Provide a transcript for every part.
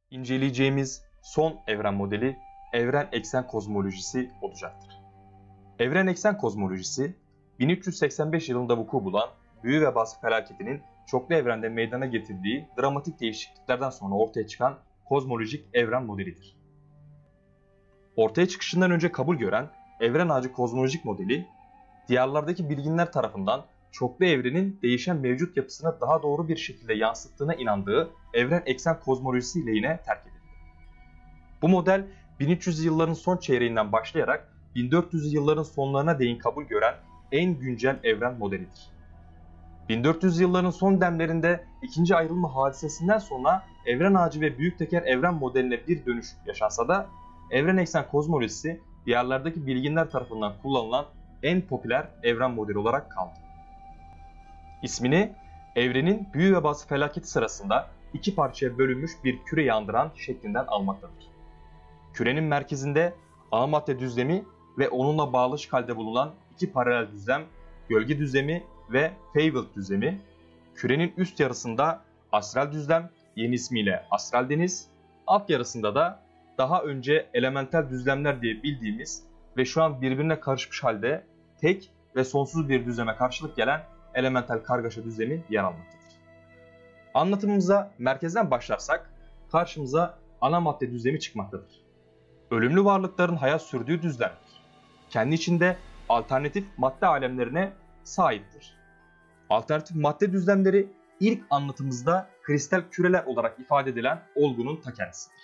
İnceleyeceğimiz son evren modeli evren-eksen kozmolojisi olacaktır. Evren-eksen kozmolojisi 1385 yılında vuku bulan büyü ve baskı felaketinin çoklu evrende meydana getirdiği dramatik değişikliklerden sonra ortaya çıkan kozmolojik evren modelidir. Ortaya çıkışından önce kabul gören evren ağacı kozmolojik modeli, diyarlardaki bilginler tarafından çoklu evrenin değişen mevcut yapısını daha doğru bir şekilde yansıttığına inandığı evren-eksen kozmolojisi ile yine terk edildi. Bu model 1300'lü yılların son çeyreğinden başlayarak 1400'lü yılların sonlarına değin kabul gören en güncel evren modelidir. 1400'lü yılların son demlerinde ikinci ayrılma hadisesinden sonra evren ağacı ve büyük teker evren modeline bir dönüş yaşansa da evren-eksen kozmolojisi diyarlardaki bilginler tarafından kullanılan en popüler evren modeli olarak kaldı. İsmini evrenin büyü ve baskı felaketi sırasında iki parçaya bölünmüş bir küreyi andıran şeklinden almaktadır. Kürenin merkezinde ana madde düzlemi ve onunla bağlaşık halde bulunan iki paralel düzlem, gölge düzlemi ve Feywild düzlemi, kürenin üst yarısında astral düzlem, yeni ismiyle astral deniz, alt yarısında da daha önce elementel düzlemler diye bildiğimiz ve şu an birbirine karışmış halde tek ve sonsuz bir düzleme karşılık gelen elementel kargaşa düzlemi yer almaktadır. Anlatımımıza merkezden başlarsak karşımıza ana madde düzlemi çıkmaktadır. Ölümlü varlıkların hayat sürdüğü düzlemdir. Kendi içinde alternatif madde alemlerine sahiptir. Alternatif madde düzlemleri ilk anlatımızda kristal küreler olarak ifade edilen olgunun ta kendisidir.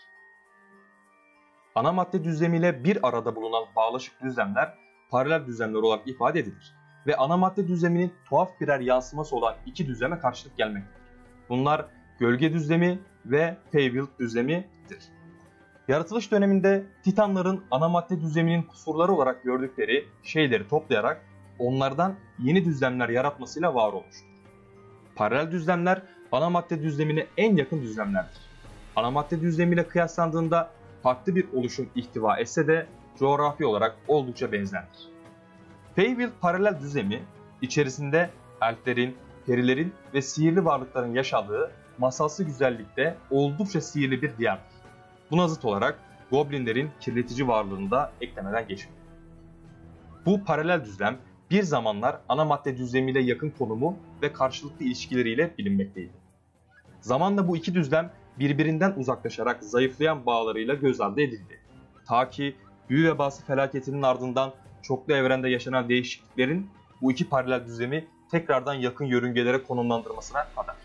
Ana madde düzlemiyle bir arada bulunan bağlaşık düzlemler paralel düzlemler olarak ifade edilir ve ana madde düzleminin tuhaf birer yansıması olan iki düzleme karşılık gelmektedir. Bunlar gölge düzlemi ve Feywild düzlemidir. Yaratılış döneminde Titanların ana madde düzleminin kusurları olarak gördükleri şeyleri toplayarak onlardan yeni düzlemler yaratmasıyla var olmuştur. Paralel düzlemler ana madde düzlemine en yakın düzlemlerdir. Ana madde düzlemiyle kıyaslandığında farklı bir oluşum ihtiva etse de coğrafi olarak oldukça benzerdir. Feywild paralel düzlemi içerisinde elflerin, perilerin ve sihirli varlıkların yaşadığı masalsı güzellikte oldukça sihirli bir diyardır. Buna zıt olarak goblinlerin kirletici varlığını da eklemeden geçmiyor. Bu paralel düzlem bir zamanlar ana madde düzlemiyle yakın konumu ve karşılıklı ilişkileriyle bilinmekteydi. Zamanla bu iki düzlem birbirinden uzaklaşarak zayıflayan bağlarıyla göz ardı edildi. Ta ki büyü ve baskı felaketinin ardından çoklu evrende yaşanan değişikliklerin bu iki paralel düzlemi tekrardan yakın yörüngelere konumlandırmasına kadar.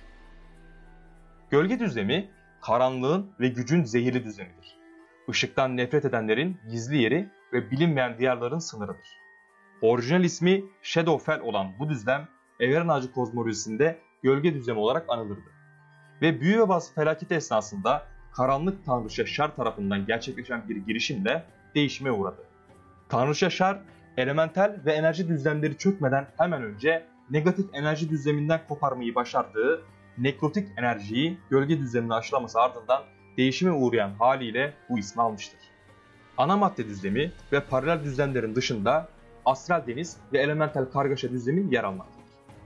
Gölge düzlemi, karanlığın ve gücün zehirli düzlemidir. Işıktan nefret edenlerin gizli yeri ve bilinmeyen diyarların sınırıdır. Orijinal ismi Shadowfell olan bu düzlem, evren ağacı kozmolojisinde gölge düzlemi olarak anılırdı. Ve büyü ve baskı felaketi esnasında karanlık tanrıça Shar tarafından gerçekleşen bir girişimle değişime uğradı. Tanrıça Shar, elementel ve enerji düzlemleri çökmeden hemen önce negatif enerji düzleminden koparmayı başardığı nekrotik enerjiyi gölge düzlemine aşılaması ardından değişime uğrayan haliyle bu ismi almıştır. Ana madde düzlemi ve paralel düzlemlerin dışında astral deniz ve elementel kargaşa düzlemi yer almaktadır.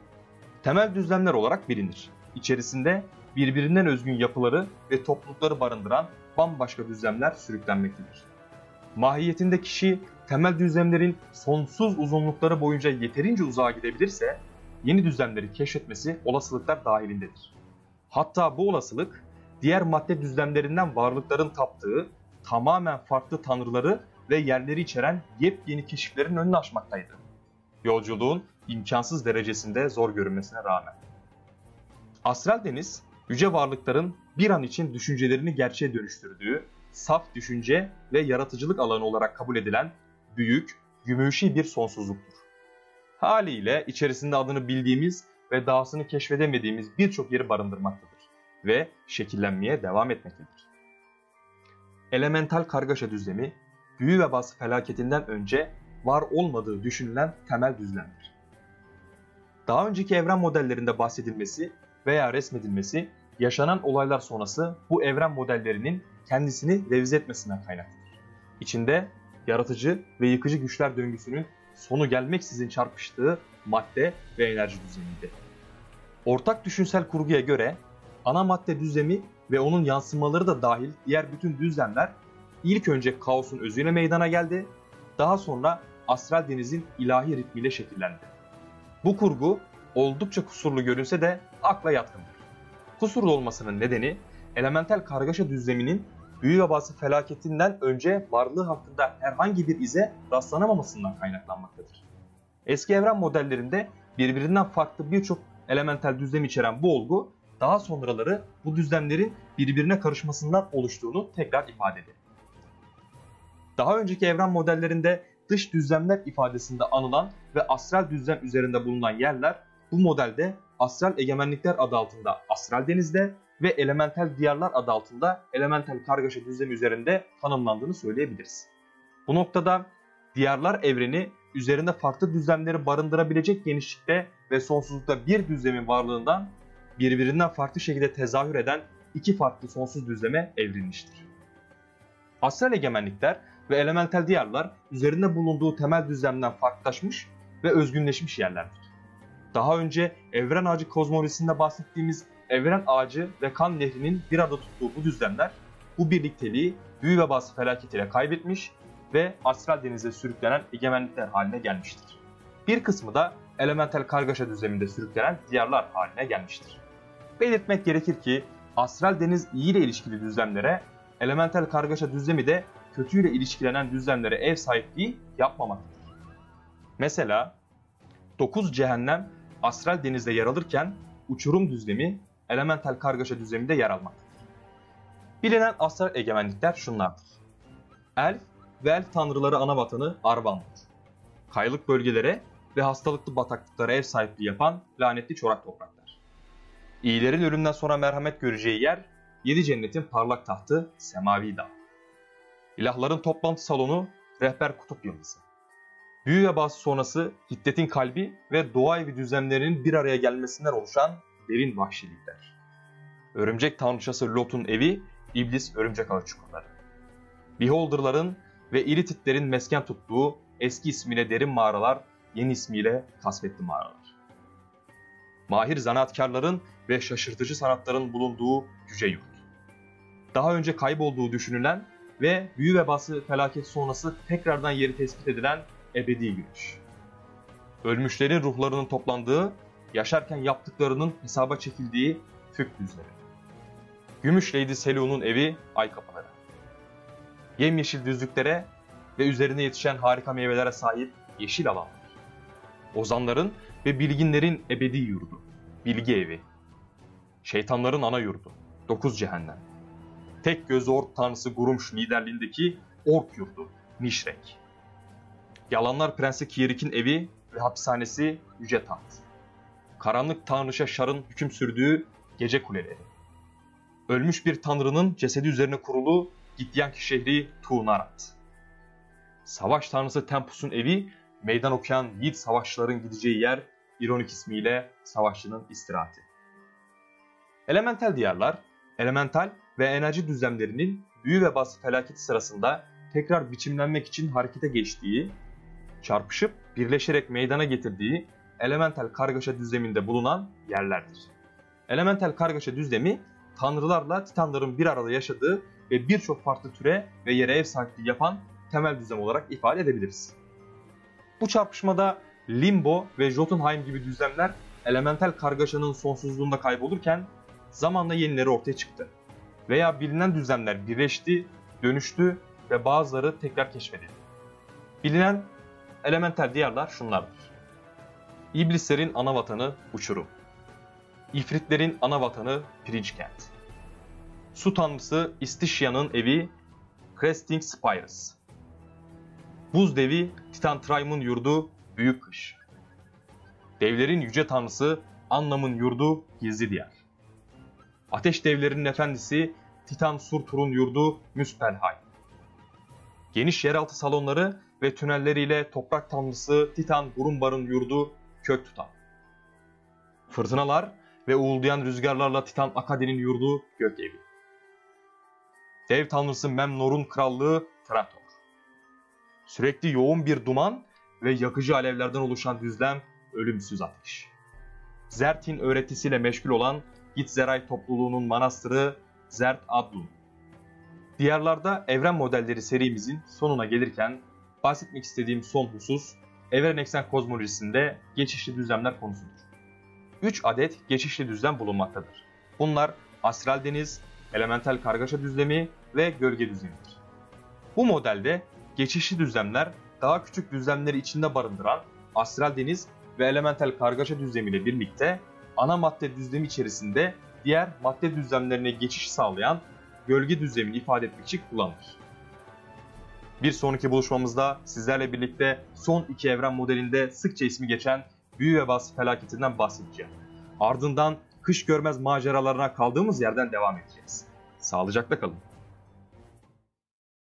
Temel düzlemler olarak bilinir. İçerisinde birbirinden özgün yapıları ve toplulukları barındıran bambaşka düzlemler sürüklenmektedir. Mahiyetinde kişi temel düzlemlerin sonsuz uzunlukları boyunca yeterince uzağa gidebilirse yeni düzlemleri keşfetmesi olasılıklar dahilindedir. Hatta bu olasılık diğer madde düzlemlerinden varlıkların taptığı tamamen farklı tanrıları ve yerleri içeren yepyeni keşiflerin önünü açmaktaydı. Yolculuğun imkansız derecesinde zor görünmesine rağmen. Astral deniz, yüce varlıkların bir an için düşüncelerini gerçeğe dönüştürdüğü, saf düşünce ve yaratıcılık alanı olarak kabul edilen büyük, gümüşi bir sonsuzluktur. Haliyle içerisinde adını bildiğimiz ve dahasını keşfedemediğimiz birçok yeri barındırmaktadır ve şekillenmeye devam etmektedir. Elemental kargaşa düzlemi, büyü ve baskı felaketinden önce var olmadığı düşünülen temel düzlemdir. Daha önceki evren modellerinde bahsedilmesi veya resmedilmesi, yaşanan olaylar sonrası bu evren modellerinin kendisini revize etmesinden kaynaklıdır. İçinde yaratıcı ve yıkıcı güçler döngüsünün sonu gelmeksizin çarpıştığı madde ve enerji düzlemiydi. Ortak düşünsel kurguya göre ana madde düzlemi ve onun yansımaları da dahil diğer bütün düzlemler ilk önce kaosun özüyle meydana geldi, daha sonra astral denizin ilahi ritmiyle şekillendi. Bu kurgu oldukça kusurlu görünse de akla yatkındır. Kusurlu olmasının nedeni elemental kargaşa düzleminin büyü vebası felaketinden önce varlığı hakkında herhangi bir ize rastlanamamasından kaynaklanmaktadır. Eski evren modellerinde birbirinden farklı birçok elemental düzlem içeren bu olgu, daha sonraları bu düzlemlerin birbirine karışmasından oluştuğunu tekrar ifade eder. Daha önceki evren modellerinde dış düzlemler ifadesinde anılan ve astral düzlem üzerinde bulunan yerler bu modelde astral egemenlikler adı altında astral denizde ve elemental diyarlar adı altında elemental kargaşa düzlemi üzerinde tanımlandığını söyleyebiliriz. Bu noktada diyarlar evreni üzerinde farklı düzlemleri barındırabilecek genişlikte ve sonsuzlukta bir düzlemin varlığından birbirinden farklı şekilde tezahür eden iki farklı sonsuz düzleme evrilmiştir. Astral egemenlikler ve elemental diyarlar üzerinde bulunduğu temel düzlemden farklılaşmış ve özgünleşmiş yerlerdir. Daha önce evren ağacı kozmolojisinde bahsettiğimiz evren ağacı ve kan nehrinin bir arada tuttuğu bu düzlemler bu birlikteliği büyü vebası felaketiyle kaybetmiş ve astral denize sürüklenen egemenlikler haline gelmiştir. Bir kısmı da elemental kargaşa düzleminde sürüklenen diyarlar haline gelmiştir. Belirtmek gerekir ki astral deniz iyi ile ilişkili düzlemlere, elemental kargaşa düzlemi de kötüyle ilişkilenen düzlemlere ev sahipliği yapmamaktadır. Mesela 9 cehennem astral denizde yer alırken uçurum düzlemi elemental kargaşa düzleminde yer almaktadır. Bilinen astral egemenlikler şunlardır. Elf ve elf tanrıları ana vatanı Arvan'dır. Kayalık bölgelere ve hastalıklı bataklıklara ev sahipliği yapan lanetli çorak topraklar. İyilerin ölümden sonra merhamet göreceği yer 7 cennetin parlak tahtı Semavi Dağ. İlahların toplantı salonu rehber kutup yıldızı. Büyü vebası sonrası hiddetin kalbi ve doğa evi düzlemlerinin bir araya gelmesinden oluşan derin vahşilikler. Örümcek tanrıçası Lot'un evi iblis örümcek ağı çukurları. Beholder'ların ve irititlerin mesken tuttuğu eski ismiyle derin mağaralar, yeni ismiyle kasvetli mağaralar. Mahir zanaatkarların ve şaşırtıcı sanatların bulunduğu yüce yurt. Daha önce kaybolduğu düşünülen ve büyü vebası felaketi sonrası tekrardan yeri tespit edilen ebedi güneş. Ölmüşlerin ruhlarının toplandığı, yaşarken yaptıklarının hesaba çekildiği fük düzleri. Gümüş Lady Selûne'un evi ay kapıları. Yemyeşil düzlüklere ve üzerine yetişen harika meyvelere sahip yeşil alanlar. Ozanların ve bilginlerin ebedi yurdu, bilgi evi. Şeytanların ana yurdu, 9 cehennem. Tek gözlü ork tanrısı Grumsh liderliğindeki ork yurdu, Mişrek. Yalanlar Prensi Kirik'in evi ve hapishanesi Yüce Taht. Karanlık tanrıça Şar'ın hüküm sürdüğü gece kuleleri. Ölmüş bir tanrının cesedi üzerine kurulu Githyanki şehri Tuğnarat. Savaş tanrısı Tempus'un evi, meydan okuyan yiğit savaşçıların gideceği yer, ironik ismiyle Savaşçının istirahati. Elemental diyarlar, elemental ve enerji düzlemlerinin büyü vebası felaketi sırasında tekrar biçimlenmek için harekete geçtiği, çarpışıp birleşerek meydana getirdiği elemental kargaşa düzleminde bulunan yerlerdir. Elemental kargaşa düzlemi, tanrılarla titanların bir arada yaşadığı ve birçok farklı türe ve yere ev sahipliği yapan temel düzlem olarak ifade edebiliriz. Bu çarpışmada Limbo ve Jotunheim gibi düzlemler elemental kargaşanın sonsuzluğunda kaybolurken zamanla yenileri ortaya çıktı. Veya bilinen düzlemler birleşti, dönüştü ve bazıları tekrar keşfedildi. Bilinen elemental diyarlar şunlardır. İblislerin ana vatanı uçurum. İfritlerin ana vatanı pirinç kent. Su tanrısı Istishya'nın evi Cresting Spires. Buz devi Titan Trium'un yurdu Büyük Kış. Devlerin yüce tanrısı Annam'ın yurdu Gizli Diyar. Ateş devlerinin efendisi Titan Surtur'un yurdu Muspelheim. Geniş yeraltı salonları ve tünelleriyle toprak tanrısı Titan Grumbar'ın yurdu Kök Tutan. Fırtınalar ve uğuldayan rüzgarlarla Titan Akade'nin yurdu Gök Evi. Dev tanrısı Memnor'un krallığı Trator. Sürekli yoğun bir duman ve yakıcı alevlerden oluşan düzlem Ölümsüz Ateş. Zertin öğretisiyle meşgul olan Gitzeray topluluğunun manastırı Zert Adlum. Diyarlarda evren modelleri serimizin sonuna gelirken bahsetmek istediğim son husus evren eksen kozmolojisinde geçişli düzlemler konusudur. 3 adet geçişli düzlem bulunmaktadır. Bunlar astral deniz, elementel kargaşa düzlemi ve gölge düzlemidir. Bu modelde geçişli düzlemler daha küçük düzlemleri içinde barındıran astral deniz ve elementel kargaşa düzlemiyle birlikte ana madde düzlemi içerisinde diğer madde düzlemlerine geçiş sağlayan gölge düzlemini ifade etmek için kullanılır. Bir sonraki buluşmamızda sizlerle birlikte son iki evren modelinde sıkça ismi geçen büyü ve basri felaketinden bahsedeceğim. Ardından kış görmez maceralarına kaldığımız yerden devam edeceğiz. Sağlıcakla kalın.